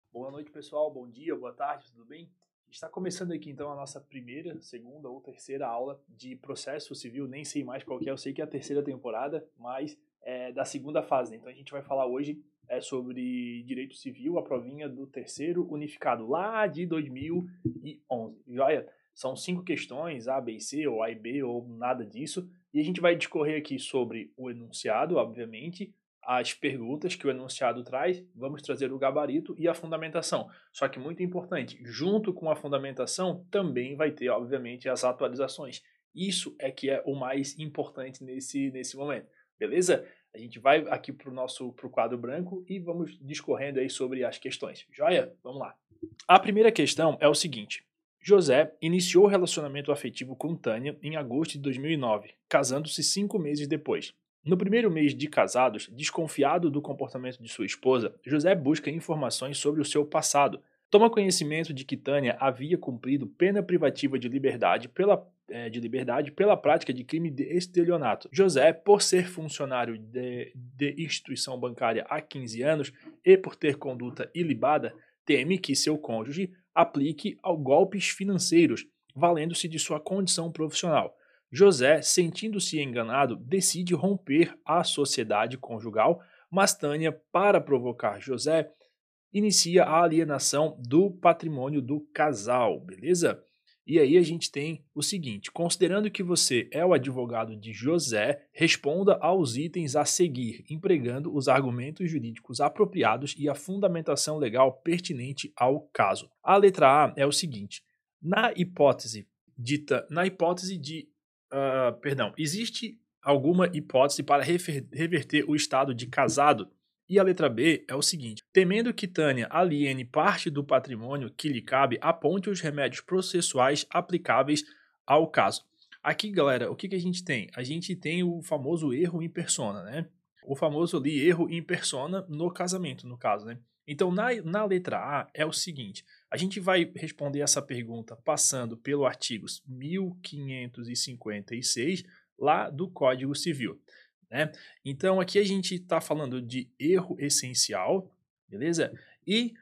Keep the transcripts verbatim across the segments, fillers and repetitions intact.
Boa noite, pessoal. Bom dia, boa tarde, tudo bem? Está começando aqui então a nossa primeira, segunda ou terceira aula de processo civil, nem sei mais qual que é, eu sei que é a terceira temporada, mas é da segunda fase. Então a gente vai falar hoje é, sobre direito civil, a provinha do terceiro unificado, lá de dois mil e onze. Joia? São cinco questões, A, B e C, ou A e B, ou nada disso, e a gente vai discorrer aqui sobre o enunciado, obviamente, as perguntas que o enunciado traz, vamos trazer o gabarito e a fundamentação. Só que muito importante, junto com a fundamentação também vai ter, obviamente, as atualizações. Isso é que é o mais importante nesse, nesse momento, beleza? A gente vai aqui para o nosso pro quadro branco e vamos discorrendo aí sobre as questões. Joia? Vamos lá. A primeira questão é o seguinte. José iniciou o relacionamento afetivo com Tânia em agosto de dois mil e nove, casando-se cinco meses depois. No primeiro mês de casados, desconfiado do comportamento de sua esposa, José busca informações sobre o seu passado. Toma conhecimento de que Tânia havia cumprido pena privativa de liberdade pela, eh, de liberdade pela prática de crime de estelionato. José, por ser funcionário de, de instituição bancária há quinze anos e por ter conduta ilibada, teme que seu cônjuge aplique ao golpes financeiros, valendo-se de sua condição profissional. José, sentindo-se enganado, decide romper a sociedade conjugal, mas Tânia, para provocar José, inicia a alienação do patrimônio do casal, beleza? E aí a gente tem o seguinte, considerando que você é o advogado de José, responda aos itens a seguir, empregando os argumentos jurídicos apropriados e a fundamentação legal pertinente ao caso. A letra A é o seguinte, na hipótese dita, na hipótese de Uh, perdão, existe alguma hipótese para refer- reverter o estado de casado? E a letra B é o seguinte: temendo que Tânia aliene parte do patrimônio que lhe cabe, aponte os remédios processuais aplicáveis ao caso. Aqui, galera, o que, que a gente tem? A gente tem o famoso erro em persona, né? O famoso ali erro em persona no casamento, no caso, né? Então, na, na letra A é o seguinte: a gente vai responder essa pergunta passando pelo artigo mil quinhentos e cinquenta e seis lá do Código Civil, né? Então aqui a gente está falando de erro essencial, beleza? E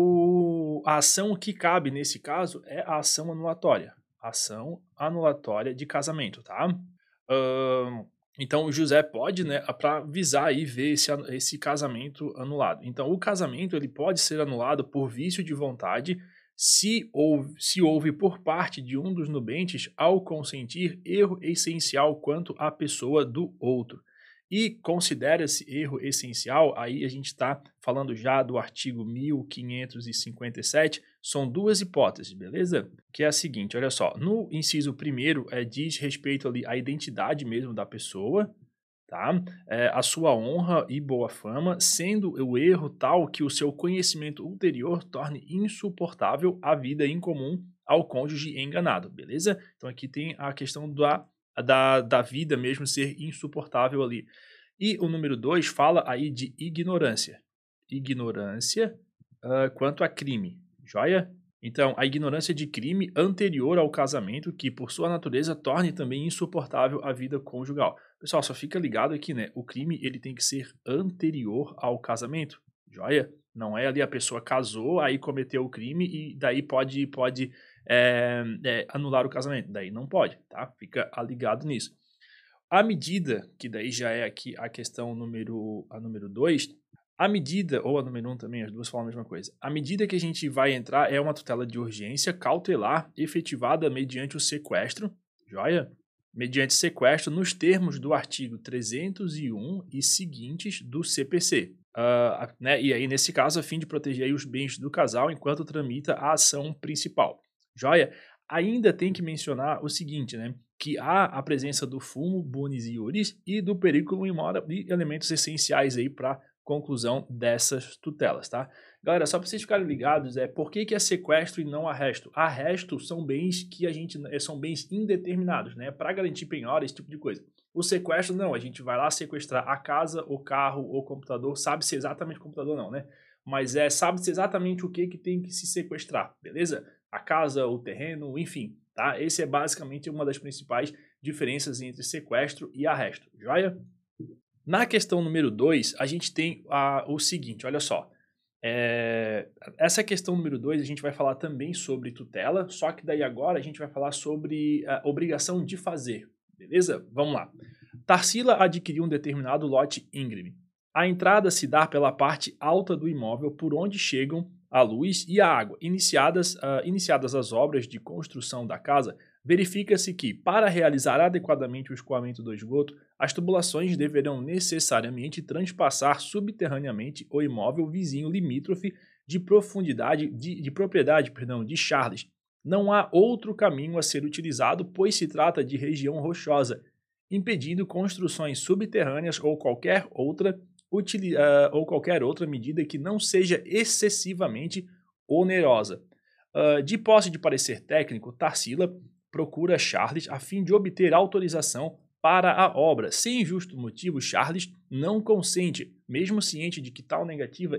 o, a ação que cabe nesse caso é a ação anulatória, ação anulatória de casamento, tá? Ahn, então o José pode, né, para visar e ver esse, anu- esse casamento anulado. Então o casamento ele pode ser anulado por vício de vontade se houve, se houve por parte de um dos nubentes ao consentir erro essencial quanto à pessoa do outro. E considera-se erro essencial, aí a gente está falando já do artigo mil quinhentos e cinquenta e sete, são duas hipóteses, beleza? Que é a seguinte, olha só, no inciso primeiro é, diz respeito ali à identidade mesmo da pessoa, tá? É, a sua honra e boa fama, sendo o erro tal que o seu conhecimento ulterior torne insuportável a vida em comum ao cônjuge enganado, beleza? Então aqui tem a questão da, da, da vida mesmo ser insuportável ali. E o número dois fala aí de ignorância. Ignorância ah, quanto a crime, joia? Então, a ignorância de crime anterior ao casamento, que por sua natureza torne também insuportável a vida conjugal. Pessoal, só fica ligado aqui, né? O crime ele tem que ser anterior ao casamento, joia? Não é ali a pessoa casou, aí cometeu o crime e daí pode, pode é, é, anular o casamento. Daí não pode, tá? Fica ligado nisso. À medida, que daí já é aqui a questão número, a número dois, à medida, ou a número um também, as duas falam a mesma coisa. À medida que a gente vai entrar, é uma tutela de urgência cautelar efetivada mediante o sequestro, joia? Mediante sequestro nos termos do artigo trezentos e um e seguintes do C P C. Uh, né? E aí, nesse caso, a fim de proteger aí os bens do casal enquanto tramita a ação principal. Joia? Ainda tem que mencionar o seguinte, né? Que há a presença do fumo, bonis e iuris e do periculum in mora e elementos essenciais aí para conclusão dessas tutelas, tá? Galera, só para vocês ficarem ligados, é por que, que é sequestro e não arresto? Arresto são bens que a gente são bens indeterminados, né? Para garantir penhora, esse tipo de coisa. O sequestro não, a gente vai lá sequestrar a casa, o carro, o computador, sabe-se exatamente o computador não, né? Mas é, sabe-se exatamente o que que tem que se sequestrar, beleza? A casa, o terreno, enfim, tá? Esse é basicamente uma das principais diferenças entre sequestro e arresto, joia? Na questão número dois, a gente tem a, o seguinte, olha só. É, essa questão número dois, a gente vai falar também sobre tutela, só que daí agora a gente vai falar sobre a obrigação de fazer, beleza? Vamos lá. Tarsila adquiriu um determinado lote íngreme. A entrada se dá pela parte alta do imóvel por onde chegam a luz e a água. Iniciadas, uh, iniciadas as obras de construção da casa, verifica-se que, para realizar adequadamente o escoamento do esgoto, as tubulações deverão necessariamente transpassar subterraneamente o imóvel vizinho limítrofe de profundidade de, de propriedade, perdão, de Charles. Não há outro caminho a ser utilizado, pois se trata de região rochosa, impedindo construções subterrâneas ou qualquer outra utili, uh, ou qualquer outra medida que não seja excessivamente onerosa. Uh, de posse de parecer técnico, Tarsila procura Charles a fim de obter autorização para a obra. Sem justo motivo, Charles não consente, mesmo ciente de que tal negativa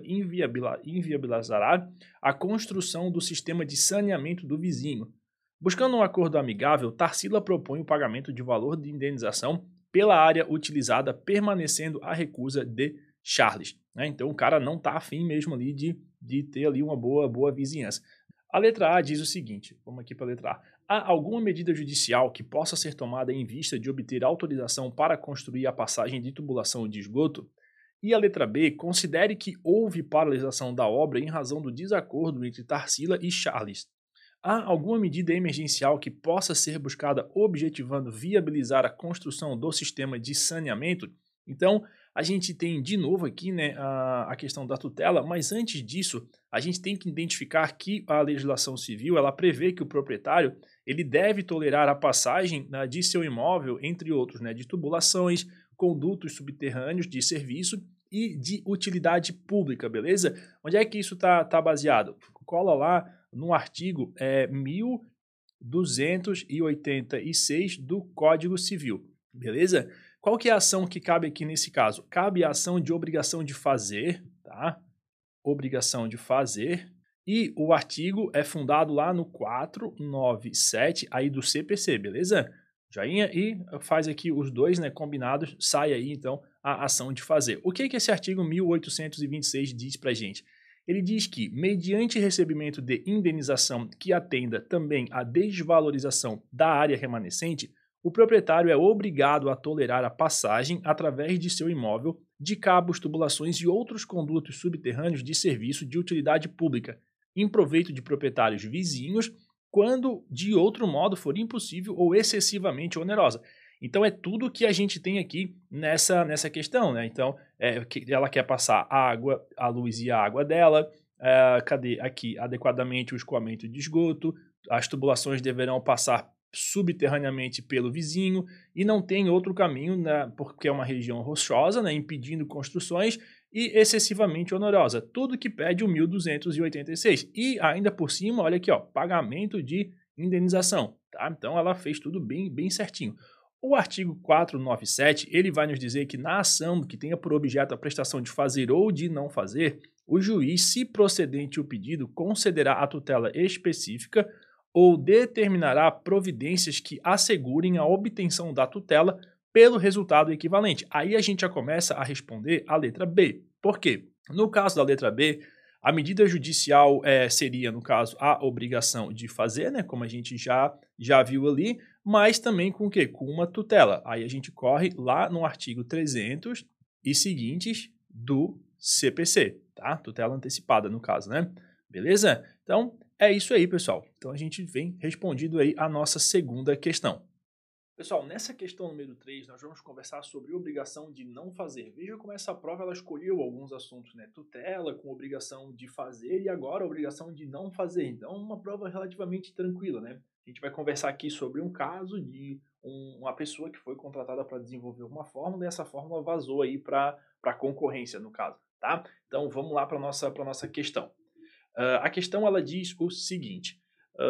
inviabilizará a construção do sistema de saneamento do vizinho. Buscando um acordo amigável, Tarsila propõe o pagamento de valor de indenização pela área utilizada, permanecendo a recusa de Charles. Né? Então o cara não está afim mesmo ali de, de ter ali uma boa, boa vizinhança. A letra A diz o seguinte, vamos aqui para a letra A. Há alguma medida judicial que possa ser tomada em vista de obter autorização para construir a passagem de tubulação de esgoto? E a letra B, considere que houve paralisação da obra em razão do desacordo entre Tarsila e Charles. Há alguma medida emergencial que possa ser buscada objetivando viabilizar a construção do sistema de saneamento? Então, a gente tem de novo aqui, né, a, a questão da tutela, mas antes disso, a gente tem que identificar que a legislação civil ela prevê que o proprietário ele deve tolerar a passagem, né, de seu imóvel, entre outros, né, de tubulações, condutos subterrâneos de serviço e de utilidade pública, beleza? Onde é que isso está tá baseado? Cola lá no artigo é, mil duzentos e oitenta e seis do Código Civil, beleza? Qual que é a ação que cabe aqui nesse caso? Cabe a ação de obrigação de fazer, tá? Obrigação de fazer. E o artigo é fundado lá no quatrocentos e noventa e sete aí do C P C, beleza? Joinha e faz aqui os dois, né, combinados, sai aí então a ação de fazer. O que que esse artigo mil oitocentos e vinte e seis diz pra gente? Ele diz que, mediante recebimento de indenização que atenda também à desvalorização da área remanescente, o proprietário é obrigado a tolerar a passagem, através de seu imóvel, de cabos, tubulações e outros condutos subterrâneos de serviço de utilidade pública, em proveito de proprietários vizinhos, quando de outro modo for impossível ou excessivamente onerosa. Então é tudo que a gente tem aqui nessa, nessa questão, né? Então é, ela quer passar a água, a luz e a água dela, é, cadê aqui adequadamente o escoamento de esgoto, as tubulações deverão passar subterraneamente pelo vizinho e não tem outro caminho, né, porque é uma região rochosa, né, impedindo construções e excessivamente onerosa. Tudo que pede o mil duzentos e oitenta e seis. E ainda por cima, olha aqui, ó, pagamento de indenização. Tá? Então ela fez tudo bem, bem certinho. O artigo quatrocentos e noventa e sete, ele vai nos dizer que na ação que tenha por objeto a prestação de fazer ou de não fazer, o juiz, se procedente o pedido, concederá a tutela específica ou determinará providências que assegurem a obtenção da tutela pelo resultado equivalente. Aí a gente já começa a responder a letra B. Por quê? No caso da letra B, a medida judicial é, seria, no caso, a obrigação de fazer, né, como a gente já, já viu ali, mas também com o quê? Com uma tutela. Aí a gente corre lá no artigo trezentos e seguintes do C P C, tá? Tutela antecipada, no caso, né? Beleza? Então, é isso aí, pessoal. Então, a gente vem respondido aí a nossa segunda questão. Pessoal, nessa questão número três, nós vamos conversar sobre obrigação de não fazer. Veja como essa prova ela escolheu alguns assuntos, né? Tutela com obrigação de fazer e agora obrigação de não fazer. Então, uma prova relativamente tranquila, né? A gente vai conversar aqui sobre um caso de um, uma pessoa que foi contratada para desenvolver uma fórmula e essa fórmula vazou aí para a concorrência, no caso, tá? Então, vamos lá para a nossa, para nossa questão. Uh, a questão ela diz o seguinte...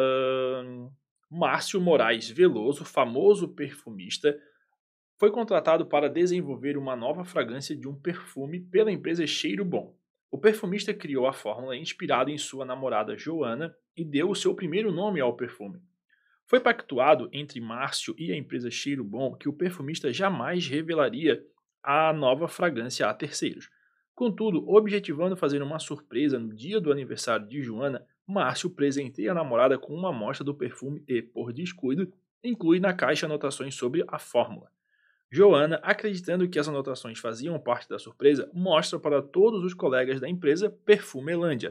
Uh, Márcio Moraes Veloso, famoso perfumista, foi contratado para desenvolver uma nova fragrância de um perfume pela empresa Cheiro Bom. O perfumista criou a fórmula inspirado em sua namorada Joana e deu o seu primeiro nome ao perfume. Foi pactuado entre Márcio e a empresa Cheiro Bom que o perfumista jamais revelaria a nova fragrância a terceiros. Contudo, objetivando fazer uma surpresa no dia do aniversário de Joana, Márcio presenteia a namorada com uma amostra do perfume e, por descuido, inclui na caixa anotações sobre a fórmula. Joana, acreditando que as anotações faziam parte da surpresa, mostra para todos os colegas da empresa Perfumelândia,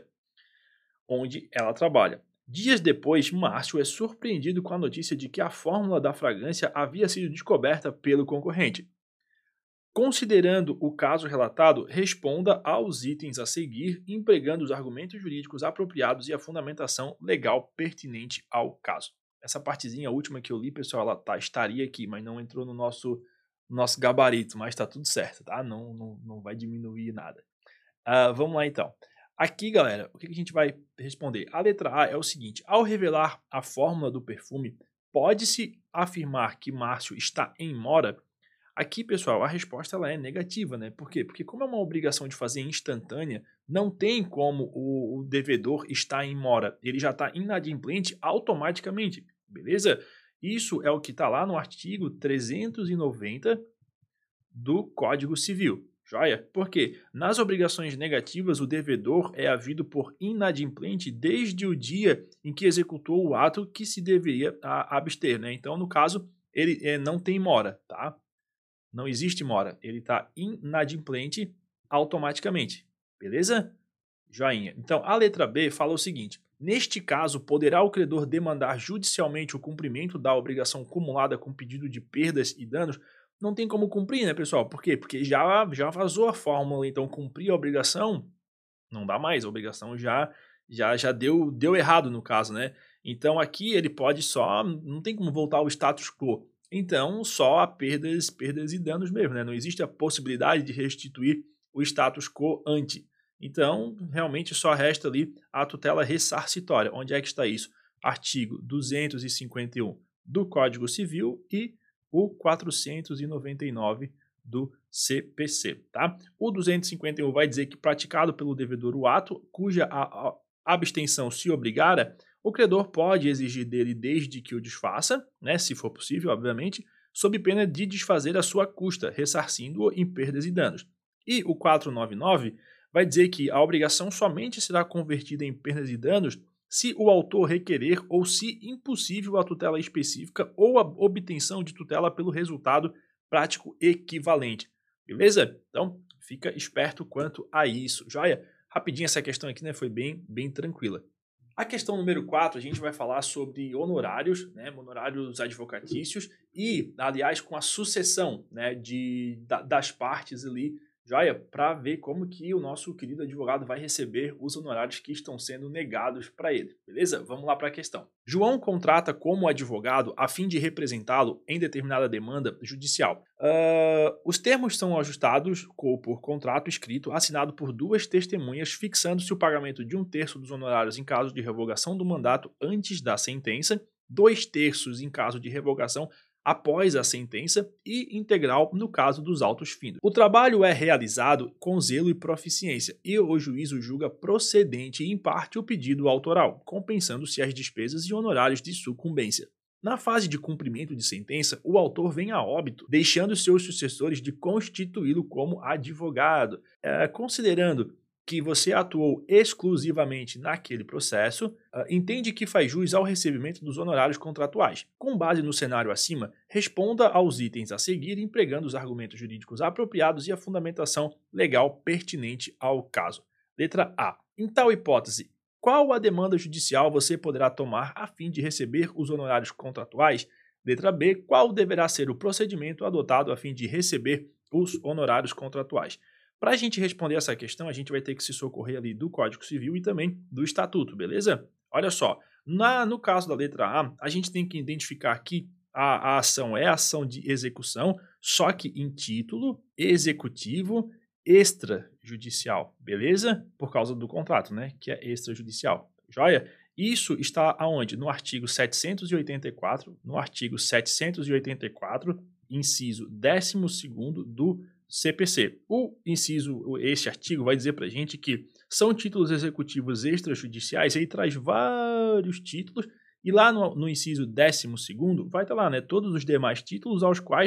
onde ela trabalha. Dias depois, Márcio é surpreendido com a notícia de que a fórmula da fragrância havia sido descoberta pelo concorrente. Considerando o caso relatado, responda aos itens a seguir, empregando os argumentos jurídicos apropriados e a fundamentação legal pertinente ao caso. Essa partezinha última que eu li, pessoal, ela tá, estaria aqui, mas não entrou no nosso, nosso gabarito, mas está tudo certo, tá? Não, não, não vai diminuir nada. Uh, vamos lá, então. Aqui, galera, o que a gente vai responder? A letra A é o seguinte: ao revelar a fórmula do perfume, pode-se afirmar que Márcio está em mora? Aqui, pessoal, a resposta ela é negativa, né? Por quê? Porque como é uma obrigação de fazer instantânea, não tem como o, o devedor estar em mora. Ele já está inadimplente automaticamente, beleza? Isso é o que está lá no artigo trezentos e noventa do Código Civil. Joia? Porque nas obrigações negativas, o devedor é havido por inadimplente desde o dia em que executou o ato que se deveria abster, né? Então, no caso, ele é, não tem mora, tá? Não existe mora, ele está inadimplente automaticamente, beleza? Joinha. Então, a letra B fala o seguinte: neste caso, poderá o credor demandar judicialmente o cumprimento da obrigação cumulada com pedido de perdas e danos? Não tem como cumprir, né, pessoal? Por quê? Porque já, já vazou a fórmula, então cumprir a obrigação não dá mais, a obrigação já, já, já deu, deu errado no caso, né? Então, aqui ele pode só, não tem como voltar ao status quo. Então, só há perdas, perdas e danos mesmo, né? Não existe a possibilidade de restituir o status quo ante. Então, realmente só resta ali a tutela ressarcitória. Onde é que está isso? Artigo duzentos e cinquenta e um do Código Civil e o quatrocentos e noventa e nove do C P C, tá? O duzentos e cinquenta e um vai dizer que praticado pelo devedor o ato cuja a, a abstenção se obrigara, o credor pode exigir dele desde que o desfaça, né, se for possível, obviamente, sob pena de desfazer a sua custa, ressarcindo-o em perdas e danos. E o quatrocentos e noventa e nove vai dizer que a obrigação somente será convertida em perdas e danos se o autor requerer ou se impossível a tutela específica ou a obtenção de tutela pelo resultado prático equivalente. Beleza? Então, fica esperto quanto a isso. Joia? Rapidinho essa questão aqui, né, foi bem, bem tranquila. A questão número quatro, a gente vai falar sobre honorários, né, honorários advocatícios e, aliás, com a sucessão, né, de, da, das partes ali, joia, para ver como que o nosso querido advogado vai receber os honorários que estão sendo negados para ele, beleza? Vamos lá para a questão. João contrata como advogado a fim de representá-lo em determinada demanda judicial. Uh, os termos são ajustados por contrato escrito assinado por duas testemunhas, fixando-se o pagamento de um terço dos honorários em caso de revogação do mandato antes da sentença, dois terços em caso de revogação após a sentença e integral no caso dos autos finos. O trabalho é realizado com zelo e proficiência e o juízo julga procedente e imparte o pedido autoral, compensando-se as despesas e honorários de sucumbência. Na fase de cumprimento de sentença, o autor vem a óbito, deixando seus sucessores de constituí-lo como advogado. É, considerando que você atuou exclusivamente naquele processo, uh, entende que faz jus ao recebimento dos honorários contratuais. Com base no cenário acima, responda aos itens a seguir empregando os argumentos jurídicos apropriados e a fundamentação legal pertinente ao caso. Letra A. Em tal hipótese, qual a demanda judicial você poderá tomar a fim de receber os honorários contratuais? Letra B. Qual deverá ser o procedimento adotado a fim de receber os honorários contratuais? Para a gente responder essa questão, a gente vai ter que se socorrer ali do Código Civil e também do Estatuto, beleza? Olha só, na, no caso da letra A, a gente tem que identificar que a, a ação é ação de execução, só que em título executivo extrajudicial, beleza? Por causa do contrato, né? Que é extrajudicial, joia? Isso está aonde? No artigo setecentos e oitenta e quatro, no artigo setecentos e oitenta e quatro, inciso décimo segundo do C P C. O inciso, este artigo vai dizer para a gente que são títulos executivos extrajudiciais, ele traz vários títulos, e lá no, no inciso décimo segundo vai estar lá, né, todos os demais títulos aos quais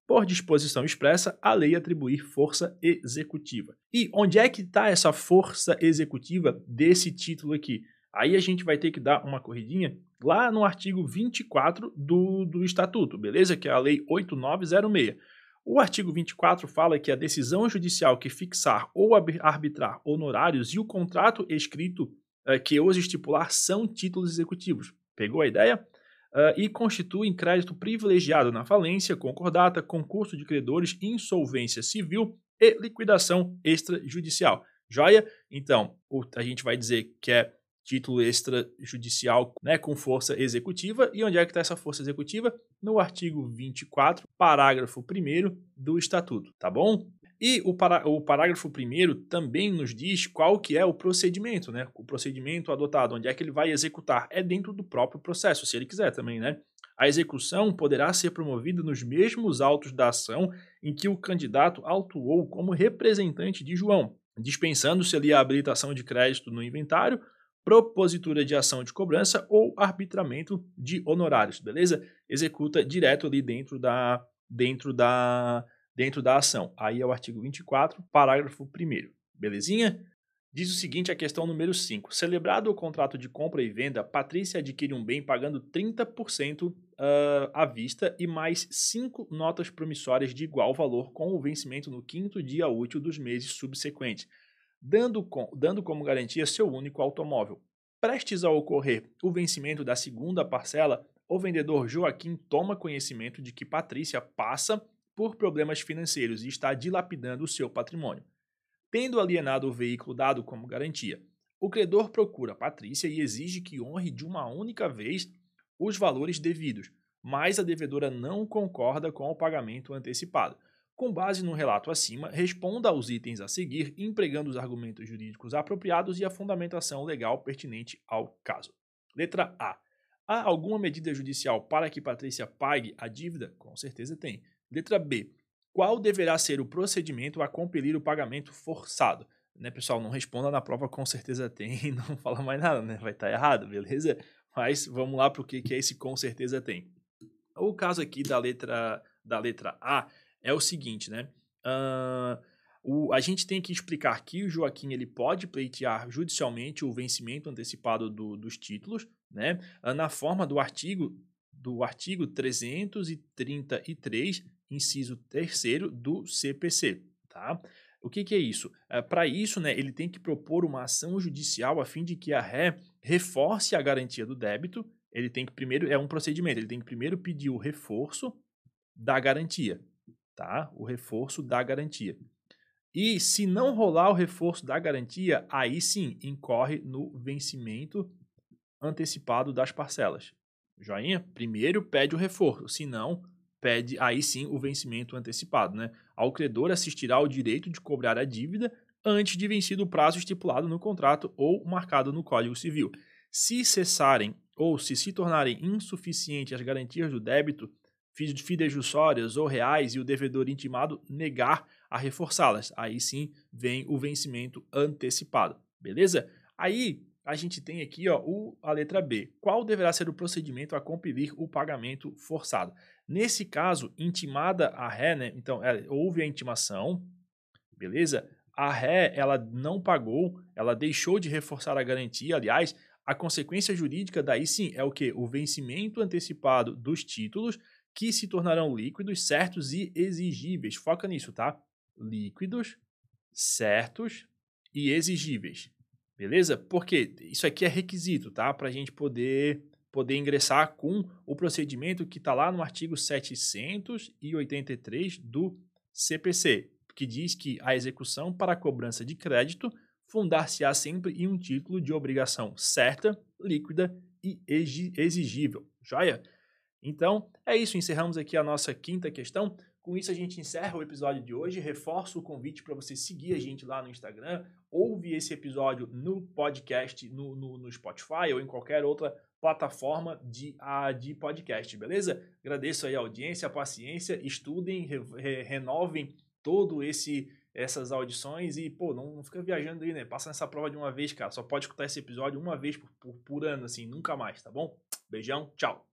por disposição expressa, a lei atribuir força executiva. E onde é que está essa força executiva desse título aqui? Aí a gente vai ter que dar uma corridinha lá no artigo vinte e quatro do, do Estatuto, beleza? Que é a Lei oito nove zero seis. O artigo vinte e quatro fala que a decisão judicial que fixar ou arbitrar honorários e o contrato escrito eh, que os estipular são títulos executivos. Pegou a ideia? Uh, e constituem crédito privilegiado na falência, concordata, concurso de credores, insolvência civil e liquidação extrajudicial. Joia? Então, o, a gente vai dizer que é título extrajudicial, né, com força executiva. E onde é que está essa força executiva? No artigo vinte e quatro, parágrafo primeiro do Estatuto, tá bom? E o, para, o parágrafo primeiro também nos diz qual que é o procedimento, né? O procedimento adotado, onde é que ele vai executar. É dentro do próprio processo, se ele quiser também, né? A execução poderá ser promovida nos mesmos autos da ação em que o candidato autuou como representante de João, dispensando-se ali a habilitação de crédito no inventário, propositura de ação de cobrança ou arbitramento de honorários, beleza? Executa direto ali dentro da... Dentro da dentro da ação. Aí é o artigo vinte e quatro, parágrafo primeiro. Belezinha? Diz o seguinte a questão número cinco. Celebrado o contrato de compra e venda, Patrícia adquire um bem pagando trinta por cento uh, à vista e mais cinco notas promissórias de igual valor com o vencimento no quinto dia útil dos meses subsequentes, dando, com, dando como garantia seu único automóvel. Prestes a ocorrer o vencimento da segunda parcela, o vendedor Joaquim toma conhecimento de que Patrícia passa por problemas financeiros e está dilapidando o seu patrimônio. Tendo alienado o veículo dado como garantia, o credor procura Patrícia e exige que honre de uma única vez os valores devidos, mas a devedora não concorda com o pagamento antecipado. Com base no relato acima, responda aos itens a seguir, empregando os argumentos jurídicos apropriados e a fundamentação legal pertinente ao caso. Letra A. Há alguma medida judicial para que Patrícia pague a dívida? Com certeza tem. Letra B. Qual deverá ser o procedimento a compelir o pagamento forçado? Né, pessoal, não responda na prova, com certeza tem, não fala mais nada, né? Vai estar errado, beleza? Mas vamos lá para o que, que é esse com certeza tem. O caso aqui da letra, da letra A é o seguinte, né? Uh, o, a gente tem que explicar que o Joaquim ele pode pleitear judicialmente o vencimento antecipado do, dos títulos, né? Uh, na forma do artigo, do artigo trezentos e trinta e três, inciso terceiro do C P C, tá? O que, que é isso? É, para isso, né, ele tem que propor uma ação judicial a fim de que a ré reforce a garantia do débito. Ele tem que primeiro, é um procedimento, ele tem que primeiro pedir o reforço da garantia, tá? O reforço da garantia. E se não rolar o reforço da garantia, aí sim incorre no vencimento antecipado das parcelas. Joinha? Primeiro pede o reforço, se não, pede aí sim o vencimento antecipado, né? Ao credor assistirá ao direito de cobrar a dívida antes de vencido o prazo estipulado no contrato ou marcado no Código Civil. Se cessarem ou se se tornarem insuficientes as garantias do débito, fidejussórias ou reais e o devedor intimado negar a reforçá-las, aí sim vem o vencimento antecipado, beleza? Aí a gente tem aqui ó, o, a letra B. Qual deverá ser o procedimento a compelir o pagamento forçado? Nesse caso, intimada a ré, né? Então, é, houve a intimação, beleza? A ré, ela não pagou, ela deixou de reforçar a garantia, aliás, a consequência jurídica daí sim é o quê? O vencimento antecipado dos títulos que se tornarão líquidos, certos e exigíveis. Foca nisso, tá? Líquidos, certos e exigíveis. Beleza? Porque isso aqui é requisito, tá? Para a gente poder, poder ingressar com o procedimento que está lá no artigo setecentos e oitenta e três do C P C, que diz que a execução para a cobrança de crédito fundar-se-á sempre em um título de obrigação certa, líquida e exigível. Joia? Então, é isso. Encerramos aqui a nossa quinta questão. Com isso, a gente encerra o episódio de hoje. Reforço o convite para você seguir a gente lá no Instagram. Ouve esse episódio no podcast, no, no, no Spotify ou em qualquer outra plataforma de, a, de podcast, beleza? Agradeço aí a audiência, a paciência. Estudem, re, re, renovem todo esse... essas audições e, pô, não, não fica viajando aí, né? Passa nessa prova de uma vez, cara. Só pode escutar esse episódio uma vez por, por, por ano, assim, nunca mais, tá bom? Beijão, tchau!